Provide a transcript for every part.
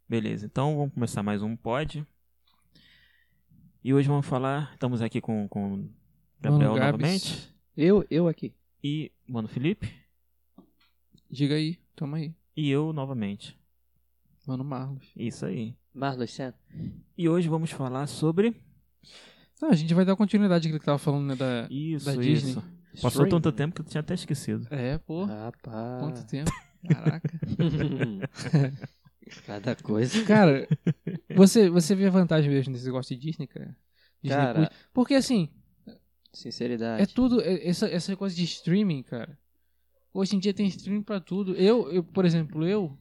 Beleza, então vamos começar mais um pod. E hoje vamos falar, estamos aqui com Gabriel Mano Gabs. novamente. Eu aqui. E Mano Felipe. Diga aí, tamo aí. E eu novamente. Mano Marlos. Isso aí. Marlos Sen. E hoje vamos falar sobre... Não, a gente vai dar continuidade que ele tava falando, né, da Disney. Isso. Passou tanto tempo que eu tinha até esquecido. É, pô. Rapaz. Quanto tempo. Caraca. Cada coisa. Cara, você vê a vantagem mesmo desse negócio de Disney, cara? Disney Cara, Plus. Porque assim, sinceridade. é tudo, essa coisa de streaming, cara. Hoje em dia tem streaming pra tudo. Eu por exemplo,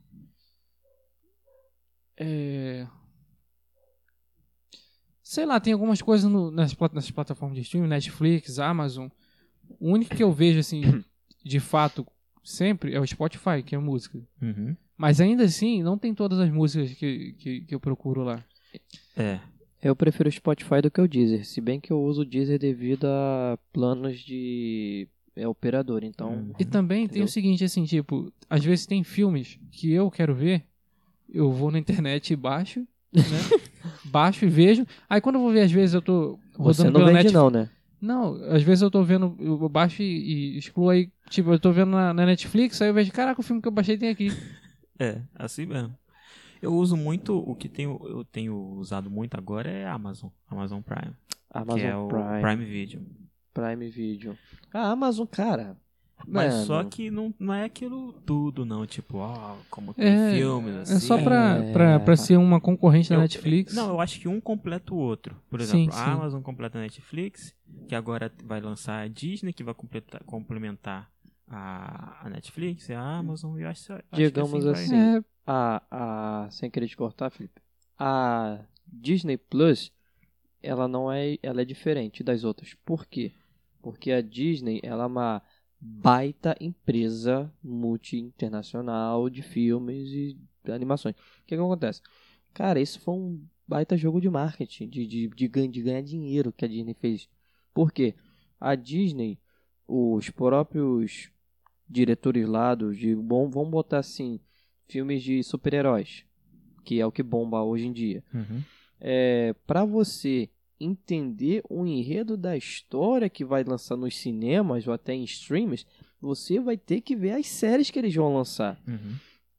sei lá, tem algumas coisas nas plataformas de streaming, Netflix, Amazon. O único que eu vejo, assim, de fato, sempre é o Spotify, que é música. Uhum. Mas ainda assim, não tem todas as músicas que eu procuro lá. É. Eu prefiro o Spotify do que o Deezer. Se bem que eu uso o Deezer devido a planos de operador, então... E também tem o seguinte, assim, tipo, às vezes tem filmes que eu quero ver, eu vou na internet e baixo, né? Baixo e vejo. Aí quando eu vou ver, às vezes eu tô Você rodando não pela vende Netflix. não, né? Não, às vezes eu tô vendo, eu baixo e excluo aí, tipo, eu tô vendo na Netflix, aí eu vejo, caraca, o filme que eu baixei tem aqui. É, assim mesmo. Eu uso muito, eu tenho usado muito agora é Amazon Prime. Amazon que é o Prime Video. Prime Video. A Amazon, cara... Mas mano, só que não é aquilo tudo, não. Tipo, como tem filmes, assim. É só pra ser uma concorrente da Netflix. Não, eu acho que um completa o outro. Por Sim, exemplo, sim. a Amazon completa a Netflix, que agora vai lançar a Disney, que vai complementar a Netflix e a Amazon. E eu acho digamos que assim, sem querer te cortar, Felipe, a Disney Plus, ela é diferente das outras. Por quê? Porque a Disney, ela é uma baita empresa multi-internacional de filmes e animações. O que acontece? Cara, isso foi um baita jogo de marketing, de ganhar dinheiro que a Disney fez. Por quê? A Disney, os próprios diretores lá vamos botar assim, filmes de super-heróis, que é o que bomba hoje em dia. Uhum. Para você entender o enredo da história que vai lançar nos cinemas ou até em streams, você vai ter que ver as séries que eles vão lançar. Uhum.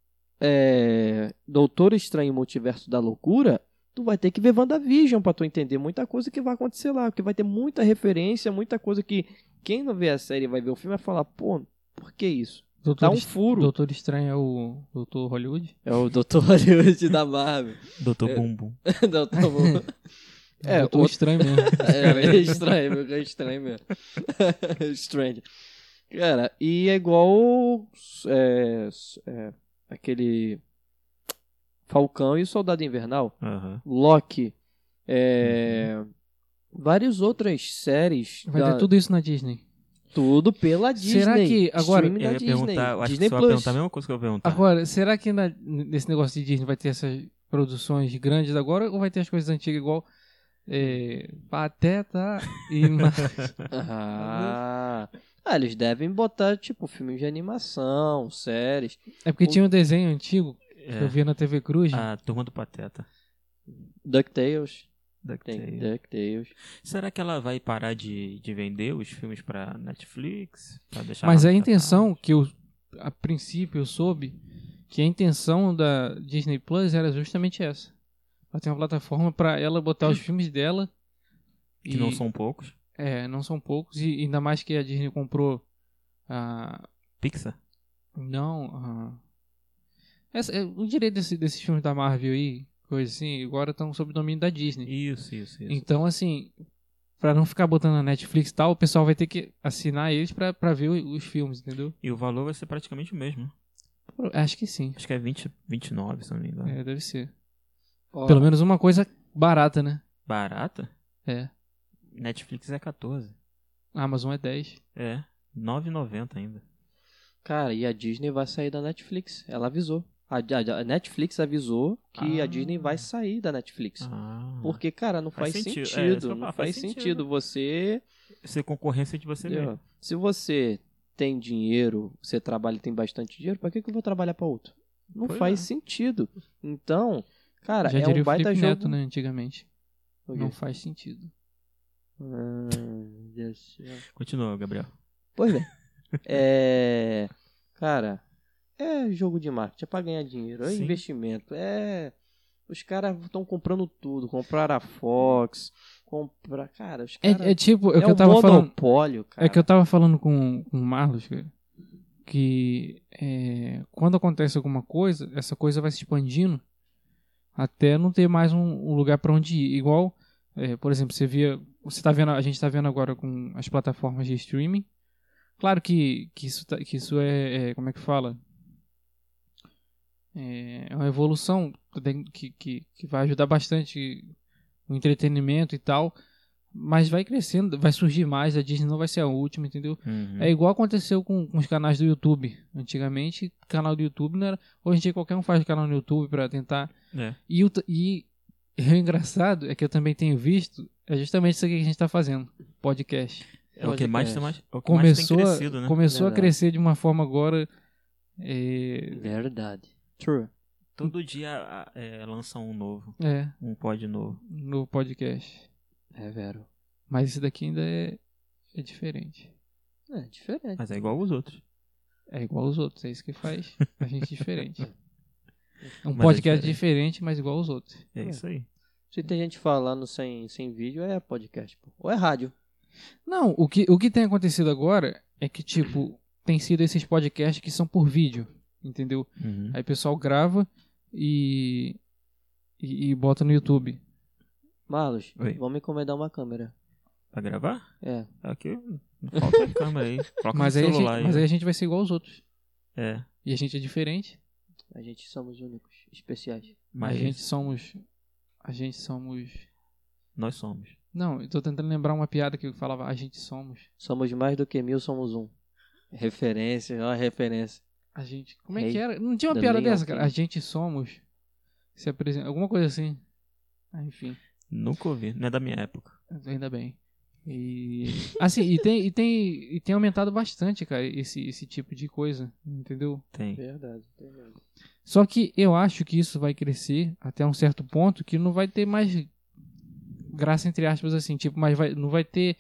Doutor Estranho e Multiverso da Loucura, tu vai ter que ver WandaVision pra tu entender muita coisa que vai acontecer lá, porque vai ter muita referência, muita coisa que quem não vê a série e vai ver o filme vai falar, pô, por que isso? Tá um furo. Doutor Estranho é o Doutor Hollywood? É o Doutor Hollywood da Marvel. Doutor Bumbum. Doutor Bumbum. Doutor Estranho mesmo. É estranho, meu, é estranho mesmo. Strange. Cara, e é igual aquele Falcão e o Soldado Invernal, Uhum. Loki, várias outras séries. Vai ter tudo isso na Disney. Tudo pela Disney. Será que agora Streaming da Eu ia Disney. perguntar, eu acho Disney que você vai perguntar a mesma coisa que eu vou perguntar. Agora, será que nesse negócio de Disney vai ter essas produções grandes agora ou vai ter as coisas antigas igual Pateta e eles devem botar tipo filmes de animação, séries. É porque tinha um desenho antigo que eu via na TV Cruz. A Turma do Pateta. DuckTales. DuckTales. DuckTales. Será que ela vai parar de vender os filmes pra Netflix? Pra deixar Mas lá a no intenção que a princípio eu soube que a intenção da Disney Plus era justamente essa. Ela tem uma plataforma pra ela botar os filmes dela. Que não são poucos. Não são poucos. E ainda mais que a Disney comprou a... Pixar? Não, o direito desses filmes da Marvel aí, coisa assim, agora estão sob domínio da Disney. Isso. Então, assim, pra não ficar botando na Netflix e tal, o pessoal vai ter que assinar eles pra ver os filmes, entendeu? E o valor vai ser praticamente o mesmo. Acho que sim. Acho que é 29, se não me engano. Deve ser. Ó, Pelo menos uma coisa barata, né? Barata? É. Netflix é 14. A Amazon é 10. É, 9,90 ainda. cara, e a Disney vai sair da Netflix. Ela avisou. A Netflix avisou que a Disney vai sair da Netflix. Porque, cara, não faz sentido. Não faz sentido você... Ser concorrência de você mesmo. Se você tem dinheiro, você trabalha e tem bastante dinheiro, pra que eu vou trabalhar pra outro? Não Pois faz é. sentido. Então, cara, Já é diria um o baita Felipe jogo. Neto, né, antigamente. O quê? Não faz sentido. Deus do céu. Continua, Gabriel. Pois bem. Cara, é jogo de marketing, é pra ganhar dinheiro, é Sim. investimento, Os caras estão comprando tudo, compraram a Fox, Cara, os caras... É tipo, é o que um eu tava falando. monopólio, cara. É que eu tava falando com o Marlos, cara, que quando acontece alguma coisa, essa coisa vai se expandindo até não ter mais um lugar pra onde ir. Igual, por exemplo, a gente tá vendo agora com as plataformas de streaming. Claro que isso como é que fala? É uma evolução que vai ajudar bastante o entretenimento e tal. Mas vai crescendo, vai surgir mais, a Disney não vai ser a última, entendeu? Uhum. É igual aconteceu com os canais do YouTube. Antigamente, canal do YouTube não era... Hoje em dia qualquer um faz canal no YouTube pra tentar... É. E o engraçado é que eu também tenho visto, é justamente isso aqui que a gente tá fazendo, podcast. É o que mais, Podcast. é o que mais tem crescido, né? Começou a Verdade. crescer de uma forma agora... Verdade. True. Todo dia lança um novo, um pod novo. no podcast. É vero. Mas esse daqui ainda é diferente. É diferente. Mas é igual os outros. É igual aos outros, é isso que faz a gente diferente. É um Mas é podcast diferente, mas igual aos outros. É isso aí. Se tem gente falando sem vídeo, é podcast, pô. Ou é rádio. Não, o que tem acontecido agora é que, tipo, tem sido esses podcasts que são por vídeo, entendeu? Uhum. Aí o pessoal grava e bota no YouTube. Marlos, Oi. vamos encomendar uma câmera. Pra gravar? É. Aqui não falta câmera aí. Coloca Mas no aí, celular mas aí a gente vai ser igual aos outros. É. E a gente é diferente. A gente somos únicos, especiais. Mas A gente somos... nós somos. Não, eu tô tentando lembrar uma piada que eu falava, a gente somos. Somos mais do que 1000, somos um. Referência, ó a referência. A gente... Como é Hey, que era? Não tinha uma the piada Leon dessa, cara? King. A gente somos... Se apresenta... Alguma coisa assim. Ah, enfim. Nunca ouvi. Não é da minha época. Ainda bem. E assim, e tem aumentado bastante, cara, esse tipo de coisa, entendeu? Tem. Verdade. Só que eu acho que isso vai crescer até um certo ponto que não vai ter mais graça, entre aspas, assim, tipo, mas não vai ter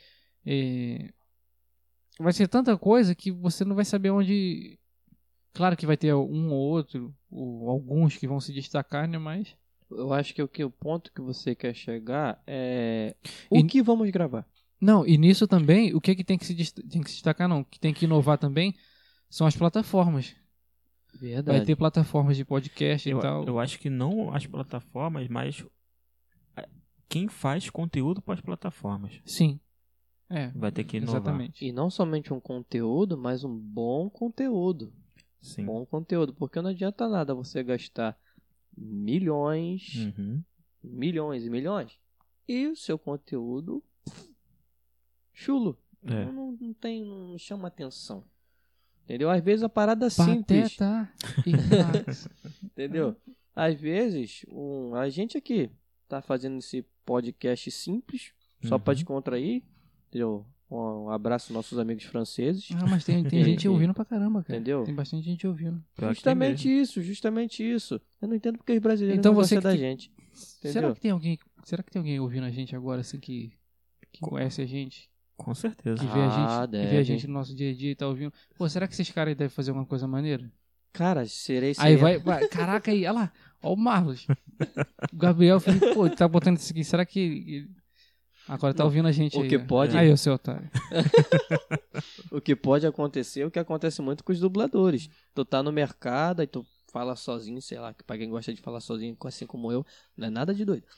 vai ser tanta coisa que você não vai saber onde. Claro que vai ter um ou outro, ou alguns que vão se destacar, né, mas Eu acho que o ponto que você quer chegar é... E- O que vamos gravar? não, e nisso também, o que tem que se destacar, não, o que tem que inovar também são as plataformas. Verdade. Vai ter plataformas de podcast e tal. Eu acho que não as plataformas, mas quem faz conteúdo para as plataformas. Sim. Vai ter que inovar. Exatamente. E não somente um conteúdo, mas um bom conteúdo. Sim. Bom conteúdo. Porque não adianta nada você gastar milhões, Uhum. milhões e milhões, e o seu conteúdo chulo. É. Não chama atenção. Entendeu? Às vezes a parada simples. Pateta e Max. Entendeu? Às vezes, a gente aqui tá fazendo esse podcast simples, só pra Uhum. descontrair. Entendeu? Um abraço aos nossos amigos franceses. Ah, mas tem gente ouvindo pra caramba, cara. Entendeu? Tem bastante gente ouvindo. Pior que tem Justamente mesmo. isso, justamente isso. Eu não entendo porque os brasileiros Então não você gostam da que- gente. Será Entendeu? que tem alguém ouvindo a gente agora, assim, que conhece a gente? Com certeza. Que vê a gente, que vê a deve. gente no nosso dia a dia e tá ouvindo? Pô, será que esses caras aí devem fazer alguma coisa maneira? Cara, Aí vai, caraca aí, olha lá, ó o Marlos. O Gabriel, Felipe, pô, tá botando isso aqui, será que... Agora tá ouvindo a gente O aí. que ó. pode- Aí, ô seu otário. O que pode acontecer, o que acontece muito com os dubladores. Tu tá no mercado, aí tu fala sozinho, sei lá, que pra quem gosta de falar sozinho, assim como eu, não é nada de doido.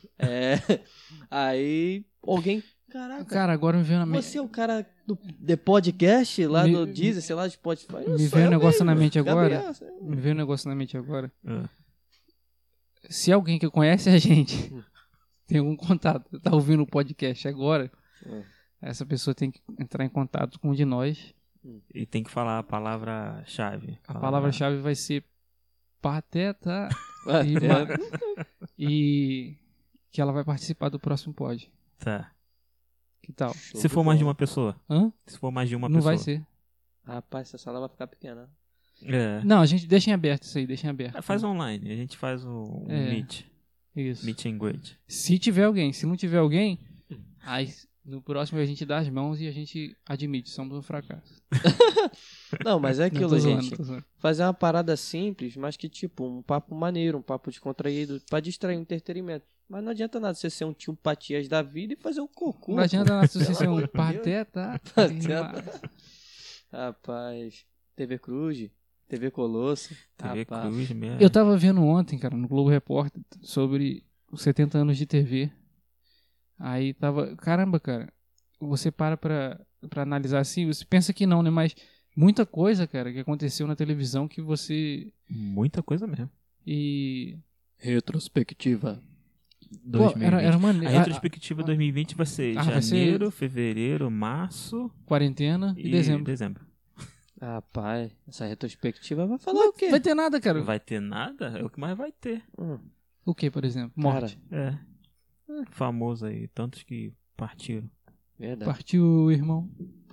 Aí alguém, caraca, Cara, agora me veio na mente. você é o cara do The Podcast lá Me- do Deezer, sei lá, de Spotify. Eu Me sou veio um eu negócio na mesmo, mente agora. Gabriel, Me veio um negócio na mente agora. É. Se alguém que conhece a gente tem algum contato, tá ouvindo o podcast agora, essa pessoa tem que entrar em contato com um de nós. E tem que falar a palavra-chave. A palavra-chave vai ser pateta e, Pateta. e que ela vai participar do próximo pod. Tá. Que tal? Show Se de for mais de bola. uma pessoa. Hã? Se for mais de uma Não pessoa. vai ser. Rapaz, essa sala vai ficar pequena. Não, a gente deixa em aberto isso aí, deixa em aberto. Faz online, a gente faz o Meet. Isso. Meet and greet. Se tiver alguém, se não tiver alguém, aí no próximo a gente dá as mãos e a gente admite, somos um fracasso. Não, mas é aquilo, Não, tô zoando, gente. tô zoando. Fazer uma parada simples, mas que tipo, um papo maneiro, um papo descontraído, pra distrair o entretenimento. Mas não adianta nada você ser um tio Patias da vida e fazer um cocô. Não adianta nada se você Pelo ser amor um de pateta. Pateta. Rapaz, TV Cruz, TV Colosso. TV Rapaz. Cruz mesmo. Eu tava vendo ontem, cara, no Globo Repórter, sobre os 70 anos de TV. Aí tava... Caramba, cara, você pra analisar assim, você pensa que não, né? Mas muita coisa, cara, que aconteceu na televisão que você... Muita coisa mesmo. E... Retrospectiva. Pô, 2020. era maneiro. A retrospectiva 2020 vai ser vai ser- janeiro, fevereiro, março Quarentena e e dezembro. Rapaz, essa retrospectiva vai falar o quê? Vai ter nada, cara. Vai ter nada? É o que mais vai ter. O que, por exemplo? Morte. É. Famoso aí, tantos que partiram. Verdade. Partiu o irmão.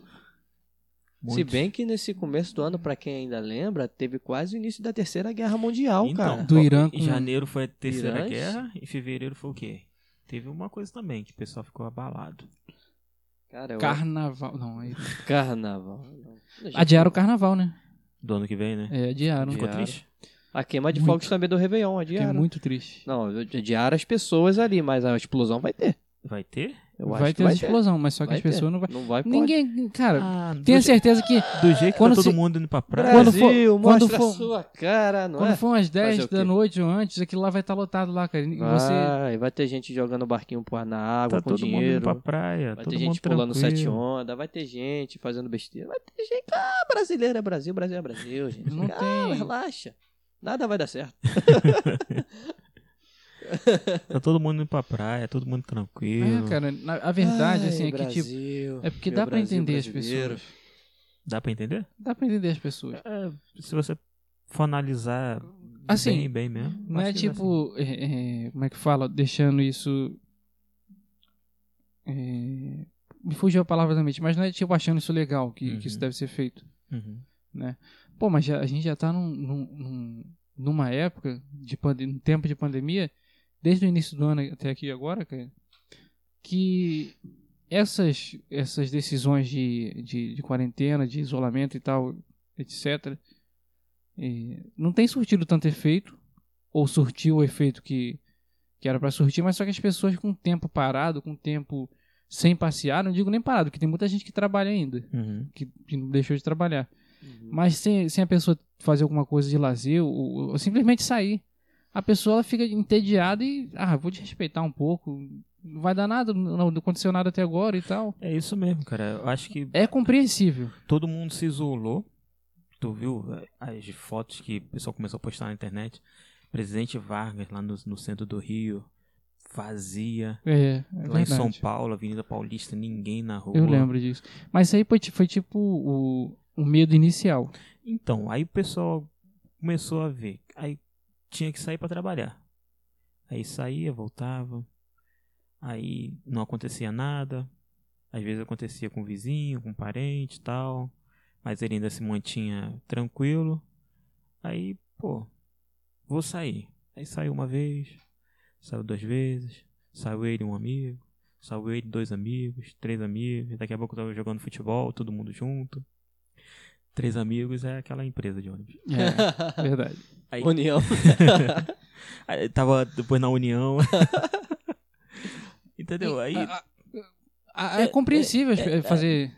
Se Muitos. bem que nesse começo do ano, pra quem ainda lembra, teve quase o início da Terceira Guerra Mundial, Então, cara. Do Irã em com- janeiro foi a Terceira Irãs. Guerra, em fevereiro foi o quê? Teve uma coisa também, que o pessoal ficou abalado. Cara, Carnaval. Não, aí... Carnaval. Adiaram o carnaval, né? Do ano que vem, né? Adiaram. Ficou Adiaram. triste? A queima de Muito. fogos também do Réveillon, Fiquei adiaram. muito triste. Não, adiaram as pessoas ali, mas a explosão vai ter. Vai ter? Eu Vai acho ter que essa explosão, mas só que Vai as pessoas ter. não vai. Não vai, pode. Ninguém, cara, Ah, tenha do, certeza que do jeito que quando tá todo se- mundo indo pra praia. Quando for- Brasil, quando mostra for- a sua cara, não quando é? for umas 10 Fazer o da quê? noite ou antes, aquilo lá vai estar lotado lá, cara. E você Vai ter gente jogando barquinho na água Tá com todo mundo indo dinheiro. pra praia. Vai todo ter mundo gente pulando tranquilo. 7 ondas, vai ter gente fazendo besteira. Vai ter gente. Brasileiro é Brasil, Brasil é Brasil, gente. Não tem- Relaxa. Nada vai dar certo. Tá todo mundo indo pra praia, todo mundo tranquilo. cara, a verdade, Ai, assim, é que Brasil, tipo. É porque meu dá pra Brasil entender as brasileiro. pessoas. Dá pra entender? Dá pra entender as pessoas. É, se você for analisar Assim, bem mesmo. Não é acho que dá tipo. Como é que fala? Deixando isso. Me fugiu a palavra da mente, mas não é tipo achando isso legal, que isso deve ser feito. Uhum. Né? Pô, mas a gente já tá numa época, num tempo de pandemia, desde o início do ano até aqui agora, cara, que essas decisões de quarentena, de isolamento e tal, etc., não tem surtido tanto efeito, ou surtiu o efeito que era pra surtir, mas só que as pessoas com o tempo parado, com o tempo sem passear, não digo nem parado, porque tem muita gente que trabalha ainda, Uhum. que não deixou de trabalhar. Mas sem a pessoa fazer alguma coisa de lazer ou simplesmente sair, a pessoa ela fica entediada e vou te respeitar um pouco, não vai dar nada, não aconteceu nada até agora e tal. É isso mesmo, cara. Eu acho que É compreensível. todo mundo se isolou. Tu viu as fotos que o pessoal começou a postar na internet? Presidente Vargas lá no centro do Rio, vazia. Lá em São verdade. Paulo, Avenida Paulista, ninguém na rua. Eu lembro disso. Mas isso aí foi tipo o medo inicial. Então, aí o pessoal começou a ver. Aí tinha que sair pra trabalhar. Aí saía, voltava. Aí não acontecia nada. Às vezes acontecia com o vizinho, com o parente e tal. Mas ele ainda se mantinha tranquilo. Aí, vou sair. Aí saiu uma vez, saiu 2 vezes, saiu ele e um amigo, saiu ele 2 amigos, 3 amigos. Daqui a pouco eu tava jogando futebol, todo mundo junto. 3 amigos é aquela empresa de ônibus. É, verdade. Aí, União. aí tava depois na União. Entendeu? Aí É compreensível fazer...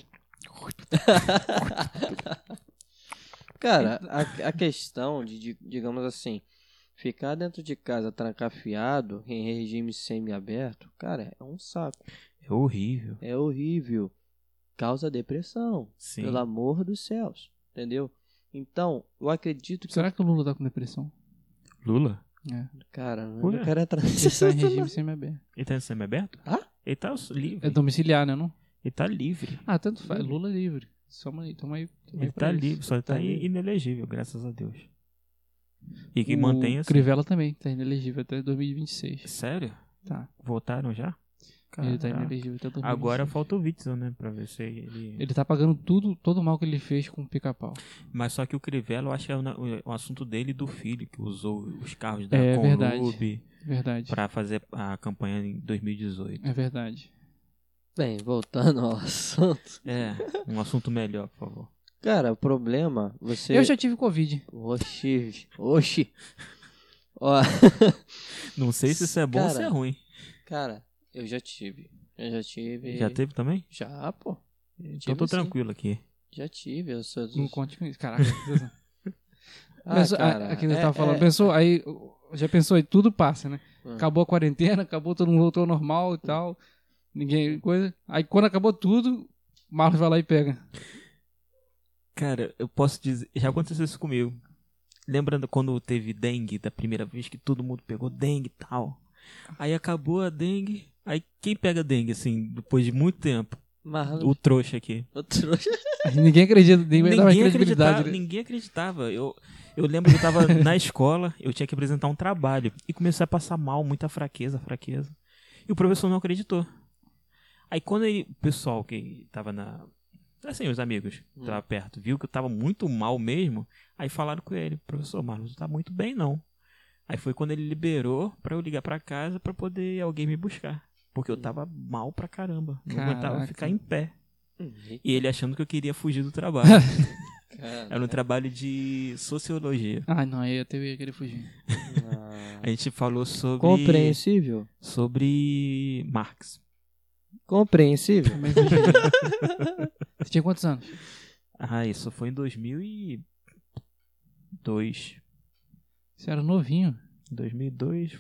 Cara, a questão de, digamos assim, ficar dentro de casa trancafiado em regime semi-aberto, cara, é um saco. é horrível. É horrível. Causa depressão. Sim. Pelo amor dos céus. Entendeu? Então, eu acredito que... Será que o Lula tá com depressão? Lula? É. Cara, Por eu quê? quero entrar Ele nesse tá em assunto, regime não. semi-aberto. Ele tá semi-aberto? Ah? Ele tá livre. É domiciliar, né, não? Ele tá livre. Tanto faz. Lula é livre. Tamo aí Ele pra tá isso. livre, só tá livre. inelegível, graças a Deus. E que O mantém assim. Crivella também tá inelegível até 2026. Sério? Tá. Votaram já? Ele tá Caraca. inelegível até 2026. Agora falta o Witzel, né? Pra ver se ele... Ele tá pagando todo o mal que ele fez com o Pica-Pau. Mas só que o Crivella, eu acho que é o assunto dele e do filho, que usou os carros da É verdade. Conlub Verdade. pra fazer a campanha em 2018. É verdade. Bem, voltando ao assunto. É, um assunto melhor, por favor. Cara, o problema, você... Eu já tive Covid. Oxi. Ó, Não sei se isso é bom ou se é ruim. cara, eu já tive. Já teve também? Já, pô. Então tô sim. tranquilo aqui. Já tive, eu sou... Não conte com isso. Caraca. Ah, Pensou, cara, aqui eu tava falando. Pensou, aí... Já pensou, aí tudo passa, né? Acabou a quarentena, acabou, todo mundo voltou ao normal e tal. Ninguém... Coisa. Aí quando acabou tudo, Marlos vai lá e pega. Cara, eu posso dizer... Já aconteceu isso comigo. Lembrando quando teve dengue, da primeira vez que todo mundo pegou dengue e tal. Aí acabou a dengue. Aí quem pega dengue, assim, depois de muito tempo? Marlos. O trouxa aqui. O trouxa. Ninguém acredita, ninguém dá mais credibilidade. Ninguém acreditava. Eu lembro que eu tava na escola, eu tinha que apresentar um trabalho. E comecei a passar mal, muita fraqueza. E o professor não acreditou. Aí quando o pessoal que tava assim, os amigos que tava perto, viu que eu tava muito mal mesmo, aí falaram com ele, professor Marlos, não tá muito bem não. Aí foi quando ele liberou pra eu ligar pra casa pra poder alguém me buscar. Porque eu tava mal pra caramba. Não aguentava ficar em pé. E ele achando que eu queria fugir do trabalho. Era um trabalho de sociologia. Ah, não, aí eu ia querer fugir. A gente falou sobre... Compreensível. Sobre Marx. Compreensível. Também fugi. Você tinha quantos anos? Ah, isso foi em 2002. Você era novinho. 2002,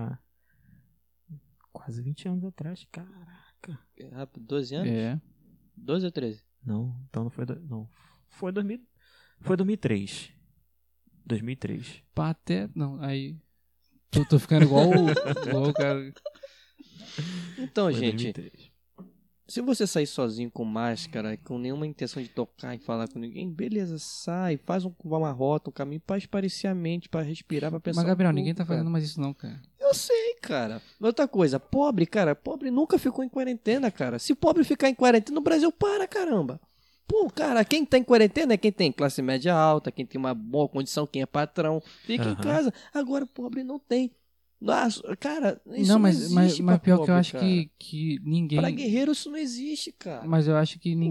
quase 20 anos atrás. Caraca. Rápido, 12 anos? É. 12 ou 13? Não, então não foi... Não. Foi 2003. 2003. Até... Não, aí... Tô ficando igual o cara... Então, Foi gente, 2003. se você sair sozinho com máscara, com nenhuma intenção de tocar e falar com ninguém, beleza, sai, faz uma rota, um caminho pra esparecer a mente, pra respirar, pra pensar. Mas, Gabriel, um pouco, ninguém tá cara. fazendo mais isso não, cara. Eu sei, cara. Outra coisa, pobre nunca ficou em quarentena, cara. Se pobre ficar em quarentena, o Brasil para, caramba. Pô, cara, quem tá em quarentena é quem tem classe média alta, quem tem uma boa condição, quem é patrão, fica em casa. Agora, pobre não tem. Nossa, cara, isso não existe. Mas pior pobre, que eu acho cara. que ninguém... Pra guerreiro isso não existe, cara. Mas eu acho que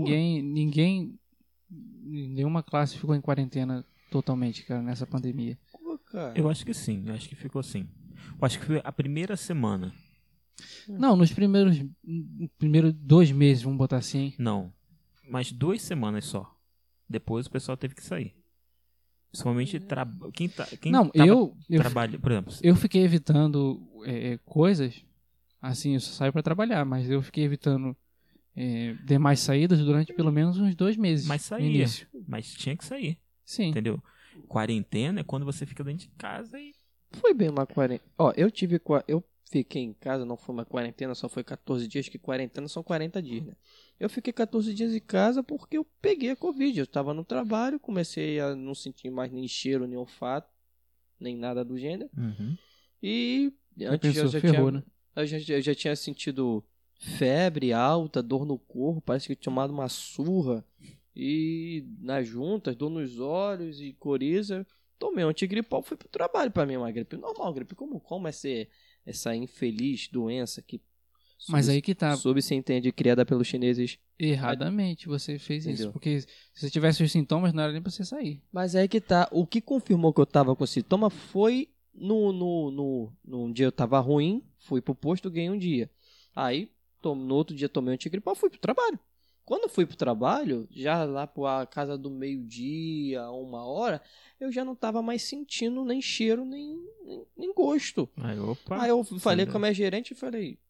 nenhuma classe ficou em quarentena totalmente, cara, nessa pandemia. Pô, cara. Eu acho que sim, eu acho que ficou assim. Eu acho que foi a primeira semana. Não, nos primeiros 2 meses, vamos botar assim. Não, mas 2 semanas só. Depois o pessoal teve que sair. Principalmente quem Não, tava eu trabalhando, por exemplo. eu fiquei evitando coisas, assim, eu só saio pra trabalhar, mas eu fiquei evitando demais saídas durante pelo menos uns 2 meses. Mas no saía, início. mas tinha que sair, Sim. entendeu? Quarentena é quando você fica dentro de casa e... Foi bem uma quarentena. Ó, eu fiquei em casa, não foi uma quarentena, só foi 14 dias, que quarentena são 40 dias, né? Eu fiquei 14 dias em casa porque eu peguei a Covid. Eu estava no trabalho, comecei a não sentir mais nem cheiro, nem olfato, nem nada do gênero. Uhum. E antes Pensou, eu já ferrou, tinha, né? eu já tinha sentido febre alta, dor no corpo, parece que eu tinha tomado uma surra. E nas juntas, dor nos olhos e coriza. Tomei um antigripal, fui pro trabalho. Pra mim é uma gripe normal, gripe comum. Como é ser essa infeliz doença que... Mas aí que tá. Se entende, criada pelos chineses. Erradamente você fez Entendeu? isso. Porque se você tivesse os sintomas, não era nem pra você sair. Mas é aí que tá. O que confirmou que eu tava com sintoma foi num dia eu tava ruim, fui pro posto, ganhei um dia. Aí, no outro dia tomei um antigripal, fui pro trabalho. Quando eu fui pro trabalho, já lá pra casa do meio-dia, 1h, eu já não tava mais sentindo nem cheiro, nem gosto. Aí eu falei com a minha gerente e falei...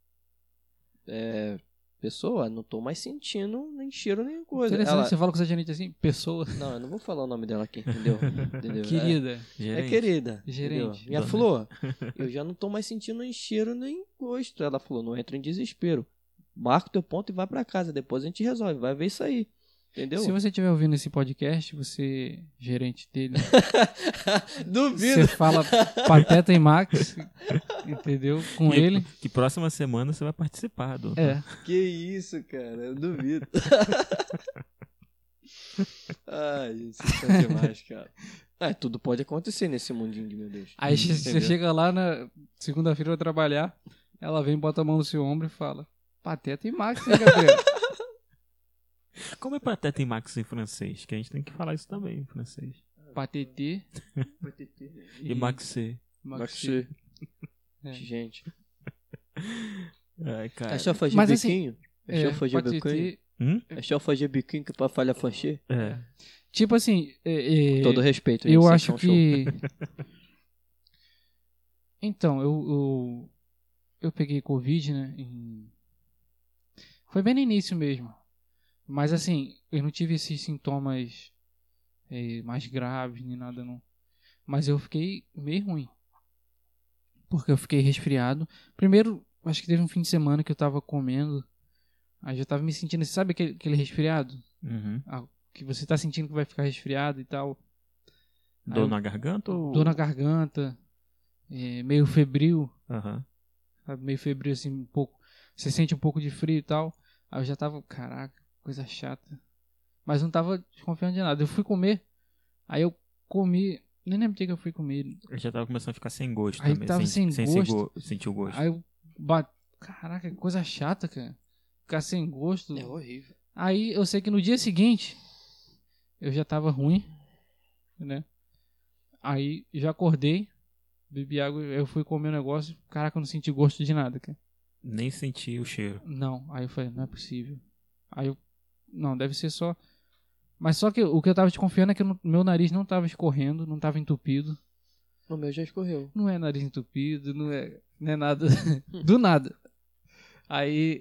pessoa, não tô mais sentindo nem cheiro, nem coisa. Interessante, você fala com essa gerente assim, pessoa. Não, eu não vou falar o nome dela aqui, entendeu? Querida. É querida. Gerente. Entendeu? Minha flor, eu já não tô mais sentindo nem cheiro, nem gosto. Ela falou, não entra em desespero. Marca o teu ponto e vai pra casa. Depois a gente resolve, vai ver isso aí. Entendeu? Se você estiver ouvindo esse podcast, você, gerente dele, Duvido. você fala Pateta e Max, entendeu? Com ele. Que próxima semana você vai participar do. É. Que isso, cara. Eu duvido. Ai, isso é demais, cara. Tudo pode acontecer nesse mundinho de meu Deus. Aí você Entendeu? chega lá na segunda-feira pra trabalhar, ela vem, bota a mão no seu ombro e fala: Pateta e Max, hein, Gabriel? Como é Pateta e Max em francês? Que a gente tem que falar isso também em francês. Patete E Maxê. Maxê. É. Gente. Ai, cara. É só fazer Mas assim, biquinho? É só fazer biquinho? patete, É só fazer biquinho que pra falhar fanchê? É. tipo assim, Todo respeito. eu gente, acho vocês são show. que então, eu peguei Covid, né? Foi bem no início mesmo. Mas assim, eu não tive esses sintomas mais graves nem nada não. Mas eu fiquei meio ruim. Porque eu fiquei resfriado. Primeiro, acho que teve um fim de semana que eu tava comendo. Aí já tava me sentindo, sabe aquele resfriado? Uhum. Que você tá sentindo que vai ficar resfriado e tal. Dor na garganta ou. Dor na garganta. Meio febril. Aham. Sabe? Meio febril assim, um pouco. Você sente um pouco de frio e tal. Aí eu já tava, caraca, coisa chata. Mas não tava desconfiando de nada. Eu fui comer. Aí eu comi. Nem lembro o que eu fui comer. Eu já tava começando a ficar sem gosto Aí também. tava sem gosto. Sentir o gosto. Aí eu caraca, que coisa chata, cara. Ficar sem gosto. É horrível. Aí eu sei que no dia seguinte eu já tava ruim, né? Aí já acordei, bebi água, eu fui comer um negócio, caraca, eu não senti gosto de nada, cara. Nem senti o cheiro. Não, aí eu falei, não é possível. Aí não, deve ser só. Mas só que o que eu tava desconfiando é que meu nariz não tava escorrendo, não tava entupido. O meu já escorreu. Não é nariz entupido, não é nada. Do nada. Aí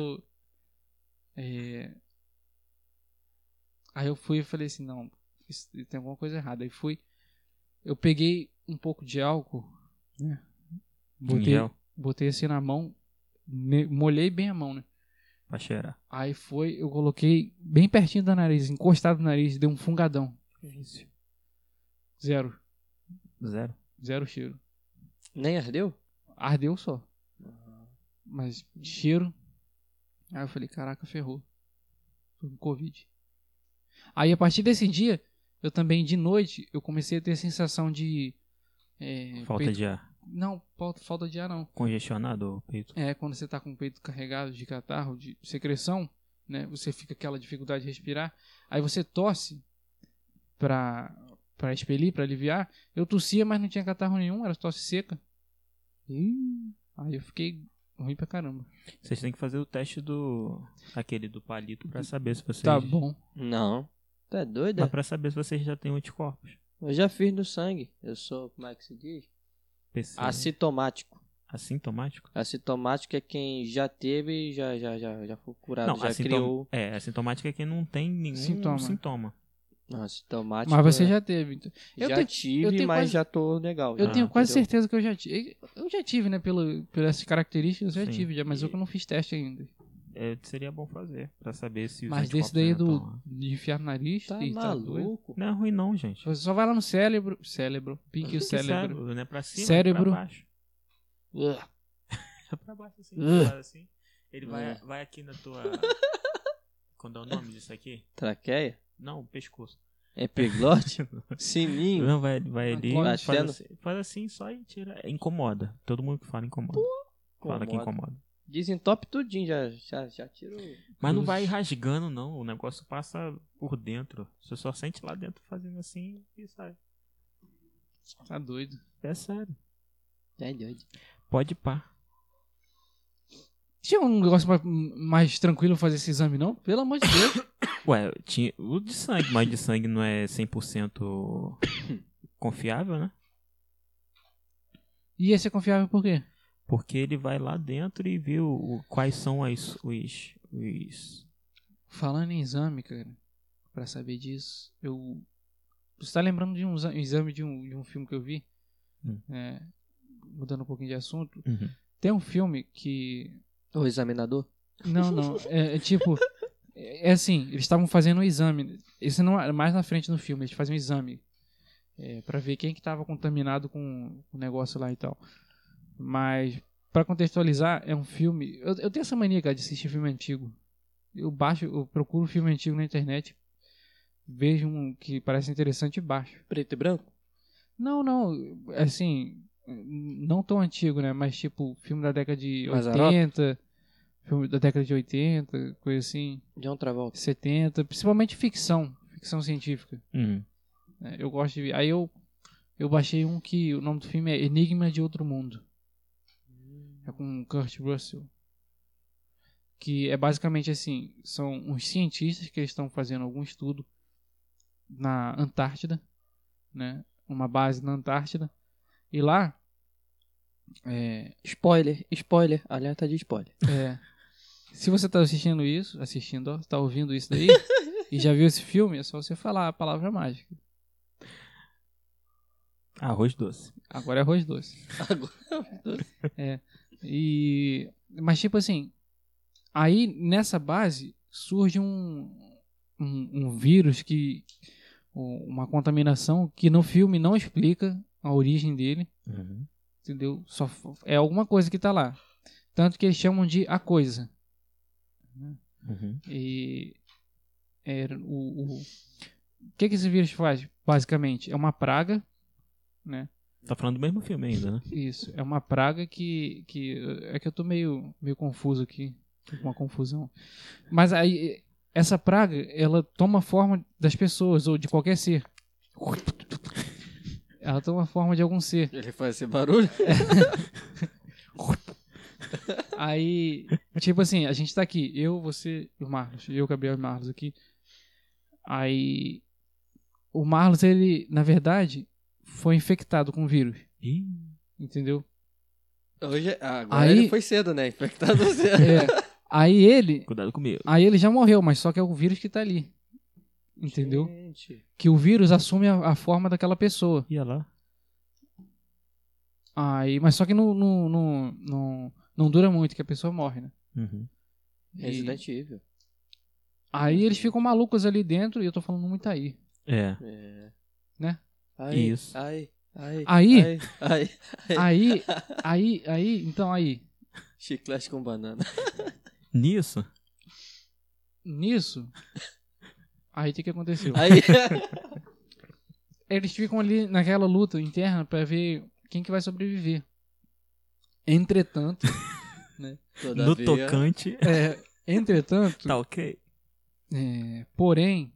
Aí eu fui e falei assim, não, tem alguma coisa errada. Aí eu peguei um pouco de álcool, né? Botei assim na mão, molhei bem a mão, né? Pra cheirar. Aí eu coloquei bem pertinho do nariz, encostado no nariz, deu um fungadão. Isso. Zero cheiro. Nem ardeu? Ardeu só. Mas cheiro. Aí eu falei, caraca, ferrou. Tô com Covid. Aí a partir desse dia, eu também de noite, eu comecei a ter a sensação de... Falta de ar. Não, falta de ar não. Congestionado o peito. Quando você tá com o peito carregado de catarro, de secreção, né? Você fica com aquela dificuldade de respirar. Aí você tosse pra expelir, pra aliviar. Eu tossia, mas não tinha catarro nenhum, era tosse seca. Aí eu fiquei ruim pra caramba. Vocês têm que fazer o teste aquele do palito pra saber se vocês... Tá bom. Não. Tá é doido? Mas pra saber se vocês já têm anticorpos. Eu já fiz no sangue. Eu sou, como é que se diz? PCR. Assintomático. Assintomático? Assintomático é quem já teve e já foi curado, Não, já criou. assintomático é quem não tem nenhum sintoma. Não, assintomático. Mas você já teve. Então. Tive, mas já tô legal. Eu tenho quase entendeu? certeza que eu já tive. Eu já tive, né? Por essas características, eu já Sim. tive, mas eu que não fiz teste ainda. Seria bom fazer, pra saber se os Mas anticorpos desse daí ainda estão lá. de enfiar no nariz, Tá e tá doido. maluco? Não é ruim não, gente. Você só vai lá no cérebro, pique o Que cérebro. não é pra cima, Cérebro. é pra baixo. É pra baixo assim, assim. Ele vai aqui na tua... Quando é o nome disso aqui? Traqueia? Não, pescoço. Epiglote? Sininho? Não, vai ali, Batendo. faz assim só e tira. Incomoda. Todo mundo que fala incomoda. Fala que incomoda. Desentope tudinho, já tirou. Mas não vai rasgando, não. O negócio passa por dentro. Você só sente lá dentro fazendo assim e sai. Tá doido. É sério. É doido. Pode pá. Tinha um negócio mais tranquilo fazer esse exame, não? Pelo amor de Deus. Ué, tinha o de sangue, mas o de sangue não é 100% confiável, né? E esse é confiável por quê? Porque ele vai lá dentro e vê quais são os... Falando em exame, cara, pra saber disso, você tá lembrando de um exame de um filme que eu vi? Mudando um pouquinho de assunto. Uhum. Tem um filme que... O examinador? Não. É tipo... É assim, eles estavam fazendo um exame. Isso não é mais na frente no filme, eles fazem um exame. Pra ver quem que tava contaminado com o negócio lá e tal. Mas, pra contextualizar, é um filme... Eu tenho essa mania, cara, de assistir filme antigo. Eu procuro filme antigo na internet, vejo um que parece interessante e baixo. Preto e branco? Não, assim, não tão antigo, né? Mas tipo, filme da década de Mazzaropi? 80, filme da década de 80, coisa assim, John Travolta. 70, principalmente ficção científica. Eu gosto de ver. Aí eu baixei um que o nome do filme é Enigma de Outro Mundo. É com Kurt Russell. Que é basicamente assim, são uns cientistas que estão fazendo algum estudo na Antártida, né? Uma base na Antártida. E lá... Spoiler. Alerta de spoiler. Se você tá tá ouvindo isso daí, e já viu esse filme, é só você falar a palavra mágica. Arroz doce. Agora é arroz doce. Mas tipo assim, aí nessa base surge um vírus uma contaminação que no filme não explica a origem dele. Entendeu? Só é alguma coisa que tá lá. Tanto que eles chamam de a coisa. E o que esse vírus faz? Basicamente, é uma praga, né? Tá falando do mesmo filme ainda, né? Isso, é uma praga que é que eu tô meio confuso aqui, tô com uma confusão. Mas aí essa praga, ela toma forma das pessoas ou de qualquer ser. Ela toma forma de algum ser. Ele faz esse barulho? Aí, tipo assim, a gente tá aqui, eu, você e o Marlos. Eu, Gabriel e o Marlos aqui. Aí, o Marlos, ele, na verdade, foi infectado com o vírus. Entendeu? Agora ele foi cedo, né? Infectado cedo. Aí ele... Cuidado comigo. Aí ele já morreu, mas só que é o vírus que tá ali. Entendeu? Gente. Que o vírus assume a forma daquela pessoa. Ia lá. Aí, mas só que não dura muito, que a pessoa morre, né? Resident Evil. Aí eles ficam malucos ali dentro e eu tô falando muito aí. Né? Isso. Aí. Chiclete com banana. Nisso? Aí o que aconteceu? Aí. Eles ficam ali naquela luta interna pra ver quem que vai sobreviver. Entretanto, né? No tocante. Entretanto, Tá ok. Porém,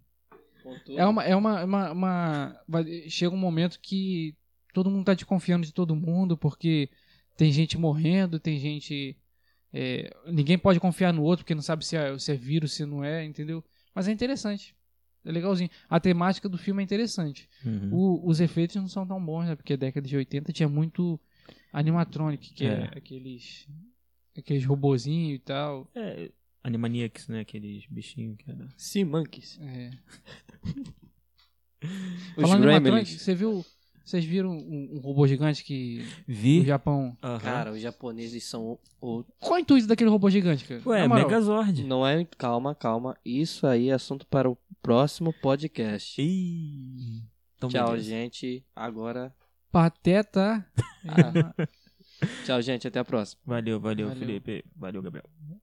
chega um momento que todo mundo tá desconfiando de todo mundo, porque tem gente morrendo, tem gente... ninguém pode confiar no outro, porque não sabe se é vírus, se não é, entendeu? Mas é interessante. É legalzinho. A temática do filme é interessante. Os efeitos não são tão bons, né? Porque a década de 80 tinha muito animatronic, que é aqueles robozinhos e tal. Animaniacs, né? Aqueles bichinhos que era... Sea Monkeys. Falando em animatronic, vocês viram um robô gigante que... Vi. No Japão... Cara, os japoneses são... Qual é o intuito daquele robô gigante, cara? Ué, Megazord. Não é... Calma. Isso aí é assunto para o próximo podcast. Então, tchau, beleza. gente. Agora... Pateta. Tchau, gente. Até a próxima. Valeu, Felipe. Valeu, Gabriel.